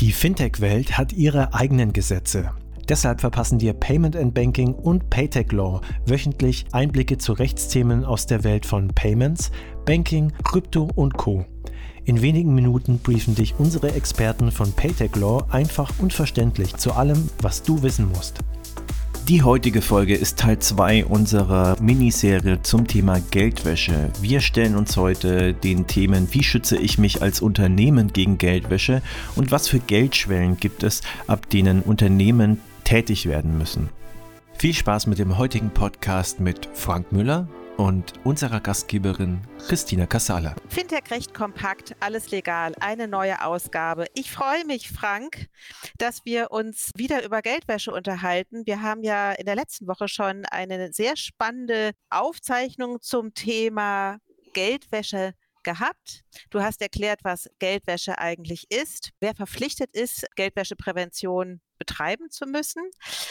Die Fintech-Welt hat ihre eigenen Gesetze. Deshalb verpassen dir Payment & Banking und Paytech Law wöchentlich Einblicke zu Rechtsthemen aus der Welt von Payments, Banking, Krypto und Co. In wenigen Minuten briefen dich unsere Experten von Paytech Law einfach und verständlich zu allem, was du wissen musst. Die heutige Folge ist Teil 2 unserer Miniserie zum Thema Geldwäsche. Wir stellen uns heute den Themen, wie schütze ich mich als Unternehmen gegen Geldwäsche und was für Geldschwellen gibt es, ab denen Unternehmen tätig werden müssen. Viel Spaß mit dem heutigen Podcast mit Frank Müller und unserer Gastgeberin Christina Casala. Fintech recht kompakt, alles legal, eine neue Ausgabe. Ich freue mich, Frank, dass wir uns wieder über Geldwäsche unterhalten. Wir haben ja in der letzten Woche schon eine sehr spannende Aufzeichnung zum Thema Geldwäsche gehabt. Du hast erklärt, was Geldwäsche eigentlich ist, wer verpflichtet ist, Geldwäscheprävention betreiben zu müssen.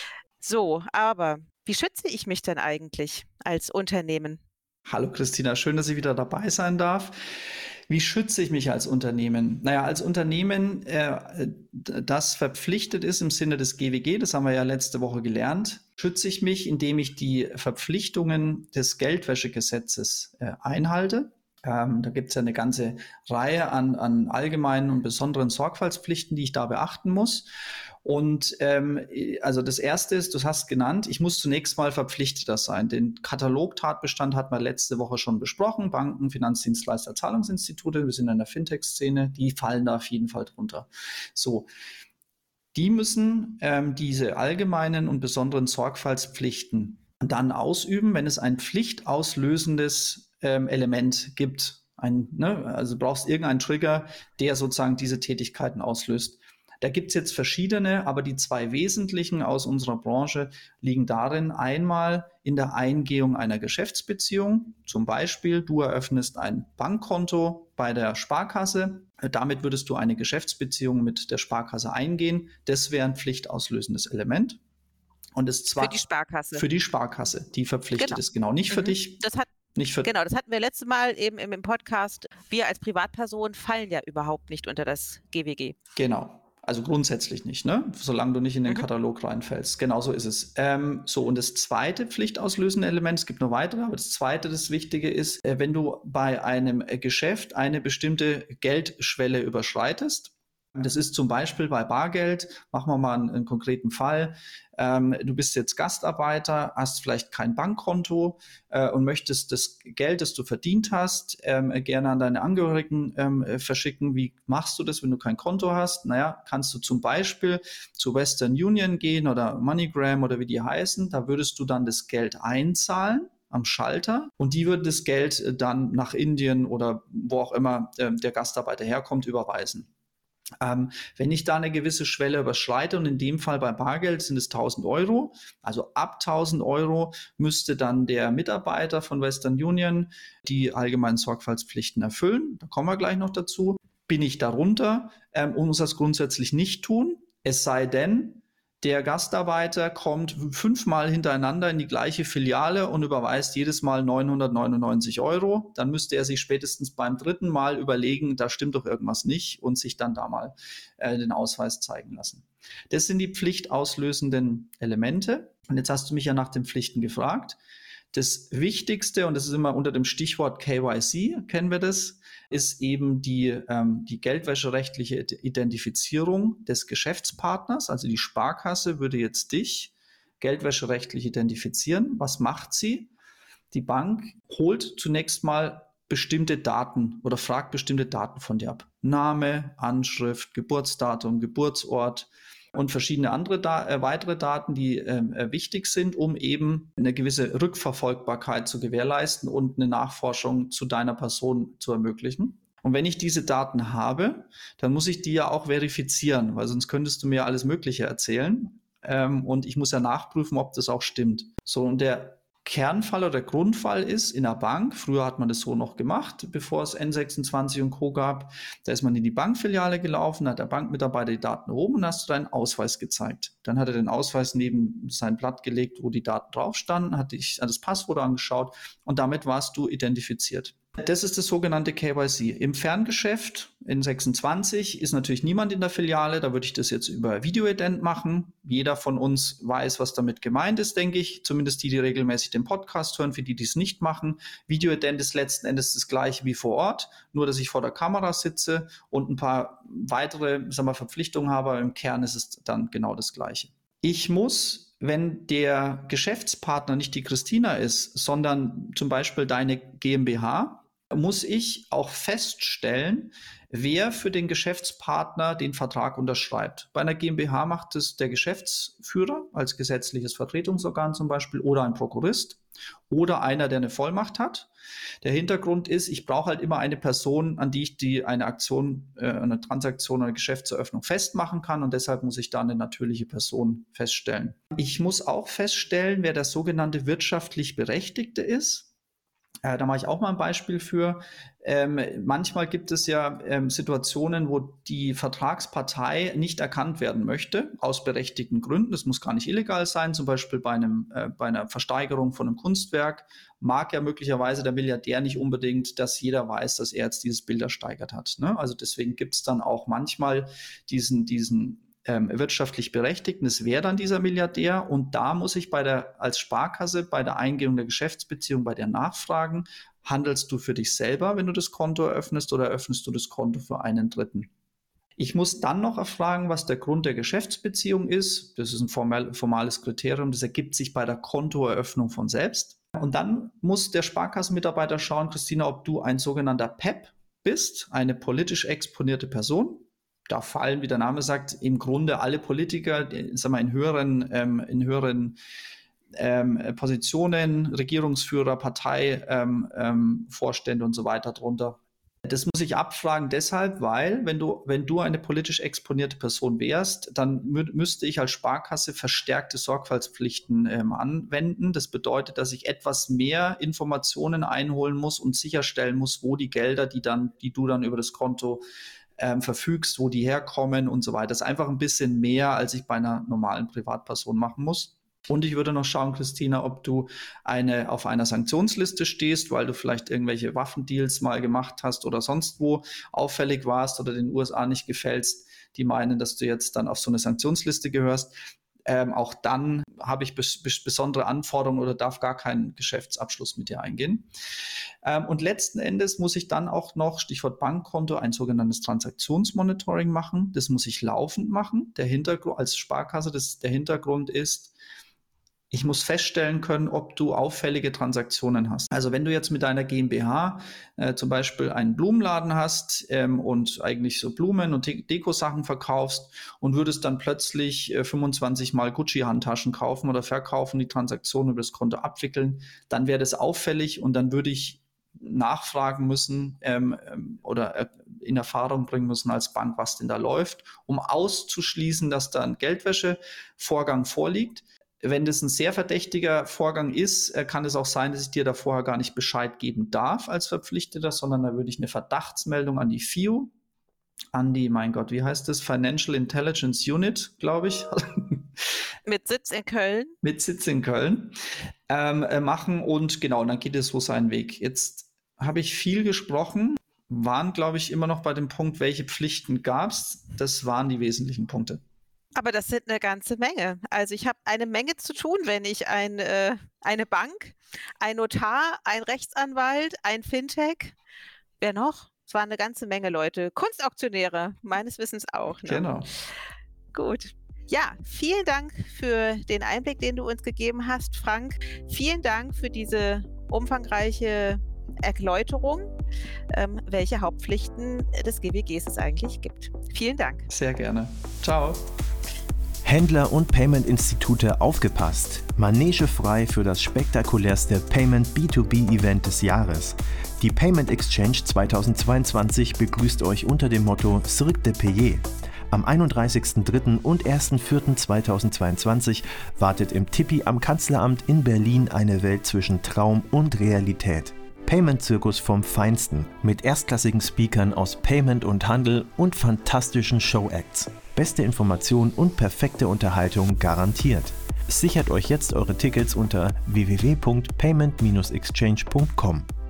So, aber wie schütze ich mich denn eigentlich als Unternehmen? Hallo Christina, schön, dass ich wieder dabei sein darf. Wie schütze ich mich als Unternehmen? Naja, als Unternehmen, das verpflichtet ist im Sinne des GWG, das haben wir ja letzte Woche gelernt, schütze ich mich, indem ich die Verpflichtungen des Geldwäschegesetzes einhalte. Da gibt es ja eine ganze Reihe an allgemeinen und besonderen Sorgfaltspflichten, die ich da beachten muss. Und also das Erste ist, du hast genannt, ich muss zunächst mal verpflichteter sein. Den Katalogtatbestand hat man letzte Woche schon besprochen. Banken, Finanzdienstleister, Zahlungsinstitute, wir sind in der Fintech-Szene, die fallen da auf jeden Fall drunter. So, die müssen diese allgemeinen und besonderen Sorgfaltspflichten dann ausüben, wenn es ein pflichtauslösendes Element gibt. Also du brauchst irgendeinen Trigger, der sozusagen diese Tätigkeiten auslöst. Da gibt es jetzt verschiedene, aber die zwei wesentlichen aus unserer Branche liegen darin, einmal in der Eingehung einer Geschäftsbeziehung. Zum Beispiel, du eröffnest ein Bankkonto bei der Sparkasse. Damit würdest du eine Geschäftsbeziehung mit der Sparkasse eingehen. Das wäre ein pflichtauslösendes Element. Und das für die Sparkasse. Für die Sparkasse, die verpflichtet ist, genau, nicht für dich. Das hatten wir letztes Mal eben im Podcast. Wir als Privatperson fallen ja überhaupt nicht unter das GWG. Genau. Also grundsätzlich nicht, ne? Solange du nicht in den Katalog reinfällst. Genau so ist es. Und das zweite pflichtauslösende Element, es gibt noch weitere, aber das zweite, das Wichtige ist, wenn du bei einem Geschäft eine bestimmte Geldschwelle überschreitest, das ist zum Beispiel bei Bargeld, machen wir mal einen konkreten Fall. Du bist jetzt Gastarbeiter, hast vielleicht kein Bankkonto und möchtest das Geld, das du verdient hast, gerne an deine Angehörigen verschicken. Wie machst du das, wenn du kein Konto hast? Naja, kannst du zum Beispiel zu Western Union gehen oder MoneyGram oder wie die heißen. Da würdest du dann das Geld einzahlen am Schalter und die würden das Geld dann nach Indien oder wo auch immer der Gastarbeiter herkommt, überweisen. Wenn ich da eine gewisse Schwelle überschreite und in dem Fall bei Bargeld sind es 1.000 Euro, also ab 1.000 Euro müsste dann der Mitarbeiter von Western Union die allgemeinen Sorgfaltspflichten erfüllen. Da kommen wir gleich noch dazu. Bin ich darunter und muss das grundsätzlich nicht tun, es sei denn, der Gastarbeiter kommt 5-mal hintereinander in die gleiche Filiale und überweist jedes Mal 999 Euro. Dann müsste er sich spätestens beim 3. Mal überlegen, da stimmt doch irgendwas nicht und sich dann da mal den Ausweis zeigen lassen. Das sind die pflichtauslösenden Elemente. Und jetzt hast du mich ja nach den Pflichten gefragt. Das Wichtigste, und das ist immer unter dem Stichwort KYC, kennen wir das, ist eben die geldwäscherechtliche Identifizierung des Geschäftspartners. Also die Sparkasse würde jetzt dich geldwäscherechtlich identifizieren. Was macht sie? Die Bank holt zunächst mal bestimmte Daten oder fragt bestimmte Daten von dir ab. Name, Anschrift, Geburtsdatum, Geburtsort und verschiedene andere weitere Daten, die wichtig sind, um eben eine gewisse Rückverfolgbarkeit zu gewährleisten und eine Nachforschung zu deiner Person zu ermöglichen. Und wenn ich diese Daten habe, dann muss ich die ja auch verifizieren, weil sonst könntest du mir alles Mögliche erzählen. Und ich muss ja nachprüfen, ob das auch stimmt. So, und der Kernfall oder Grundfall ist in der Bank, früher hat man das so noch gemacht, bevor es N26 und Co. gab, da ist man in die Bankfiliale gelaufen, hat der Bankmitarbeiter die Daten erhoben und hast du deinen Ausweis gezeigt. Dann hat er den Ausweis neben sein Blatt gelegt, wo die Daten drauf standen, hat das Passwort angeschaut und damit warst du identifiziert. Das ist das sogenannte KYC. Im Ferngeschäft in 26 ist natürlich niemand in der Filiale. Da würde ich das jetzt über Videoident machen. Jeder von uns weiß, was damit gemeint ist, denke ich. Zumindest die regelmäßig den Podcast hören, für die es nicht machen. Videoident ist letzten Endes das gleiche wie vor Ort, nur dass ich vor der Kamera sitze und ein paar weitere, Verpflichtungen habe. Aber im Kern ist es dann genau das Gleiche. Ich muss, wenn der Geschäftspartner nicht die Christina ist, sondern zum Beispiel deine GmbH, muss ich auch feststellen, wer für den Geschäftspartner den Vertrag unterschreibt. Bei einer GmbH macht es der Geschäftsführer als gesetzliches Vertretungsorgan zum Beispiel oder ein Prokurist oder einer, der eine Vollmacht hat. Der Hintergrund ist, ich brauche halt immer eine Person, an die ich eine Aktion, eine Transaktion oder eine Geschäftseröffnung festmachen kann und deshalb muss ich da eine natürliche Person feststellen. Ich muss auch feststellen, wer der sogenannte wirtschaftlich Berechtigte ist. Da mache ich auch mal ein Beispiel für. Manchmal gibt es ja Situationen, wo die Vertragspartei nicht erkannt werden möchte, aus berechtigten Gründen. Das muss gar nicht illegal sein, zum Beispiel bei einer Versteigerung von einem Kunstwerk. Mag ja möglicherweise der Milliardär nicht unbedingt, dass jeder weiß, dass er jetzt dieses Bild ersteigert hat. Ne? Also deswegen gibt es dann auch manchmal diesen wirtschaftlich Berechtigten, das wäre dann dieser Milliardär und da muss ich als Sparkasse bei der Eingehung der Geschäftsbeziehung bei dir nachfragen, handelst du für dich selber, wenn du das Konto eröffnest oder eröffnest du das Konto für einen Dritten? Ich muss dann noch erfragen, was der Grund der Geschäftsbeziehung ist. Das ist ein formales Kriterium, das ergibt sich bei der Kontoeröffnung von selbst. Und dann muss der Sparkassenmitarbeiter schauen, Christina, ob du ein sogenannter PEP bist, eine politisch exponierte Person. Da fallen, wie der Name sagt, im Grunde alle Politiker, in höheren Positionen, Regierungsführer, Parteivorstände und so weiter drunter. Das muss ich abfragen deshalb, weil wenn du eine politisch exponierte Person wärst, dann müsste ich als Sparkasse verstärkte Sorgfaltspflichten anwenden. Das bedeutet, dass ich etwas mehr Informationen einholen muss und sicherstellen muss, wo die Gelder, die du dann über das Konto verfügst, wo die herkommen und so weiter. Das ist einfach ein bisschen mehr, als ich bei einer normalen Privatperson machen muss. Und ich würde noch schauen, Christina, ob du auf einer Sanktionsliste stehst, weil du vielleicht irgendwelche Waffendeals mal gemacht hast oder sonst wo auffällig warst oder den USA nicht gefällst, die meinen, dass du jetzt dann auf so eine Sanktionsliste gehörst. Auch dann habe ich besondere Anforderungen oder darf gar keinen Geschäftsabschluss mit dir eingehen. Und letzten Endes muss ich dann auch noch, Stichwort Bankkonto, ein sogenanntes Transaktionsmonitoring machen. Das muss ich laufend machen. Der Hintergrund als Sparkasse, der Hintergrund ist, ich muss feststellen können, ob du auffällige Transaktionen hast. Also wenn du jetzt mit deiner GmbH zum Beispiel einen Blumenladen hast und eigentlich so Blumen und Dekosachen verkaufst und würdest dann plötzlich 25 Mal Gucci-Handtaschen kaufen oder verkaufen, die Transaktion über das Konto abwickeln, dann wäre das auffällig und dann würde ich nachfragen müssen oder in Erfahrung bringen müssen als Bank, was denn da läuft, um auszuschließen, dass da ein Geldwäschevorgang vorliegt. Wenn das ein sehr verdächtiger Vorgang ist, kann es auch sein, dass ich dir da vorher gar nicht Bescheid geben darf als Verpflichteter, sondern da würde ich eine Verdachtsmeldung an die FIU, wie heißt das? Financial Intelligence Unit, glaube ich. Mit Sitz in Köln. Machen und genau, dann geht es so seinen Weg. Jetzt habe ich viel gesprochen, waren, glaube ich, immer noch bei dem Punkt, welche Pflichten gab es. Das waren die wesentlichen Punkte. Aber das sind eine ganze Menge. Also ich habe eine Menge zu tun, wenn ich eine Bank, ein Notar, ein Rechtsanwalt, ein Fintech, wer noch? Es waren eine ganze Menge Leute. Kunstauktionäre, meines Wissens auch. Ne? Genau. Gut. Ja, vielen Dank für den Einblick, den du uns gegeben hast, Frank. Vielen Dank für diese umfangreiche Erläuterung, welche Hauptpflichten des GWGs es eigentlich gibt. Vielen Dank. Sehr gerne. Ciao. Händler und Payment-Institute aufgepasst. Manege frei für das spektakulärste Payment B2B-Event des Jahres. Die Payment Exchange 2022 begrüßt euch unter dem Motto Cirque de Payer. Am 31.03. und 1.04.2022 wartet im Tippi am Kanzleramt in Berlin eine Welt zwischen Traum und Realität. Payment-Zirkus vom Feinsten mit erstklassigen Speakern aus Payment und Handel und fantastischen Show-Acts. Beste Information und perfekte Unterhaltung garantiert. Sichert euch jetzt eure Tickets unter www.payment-exchange.com.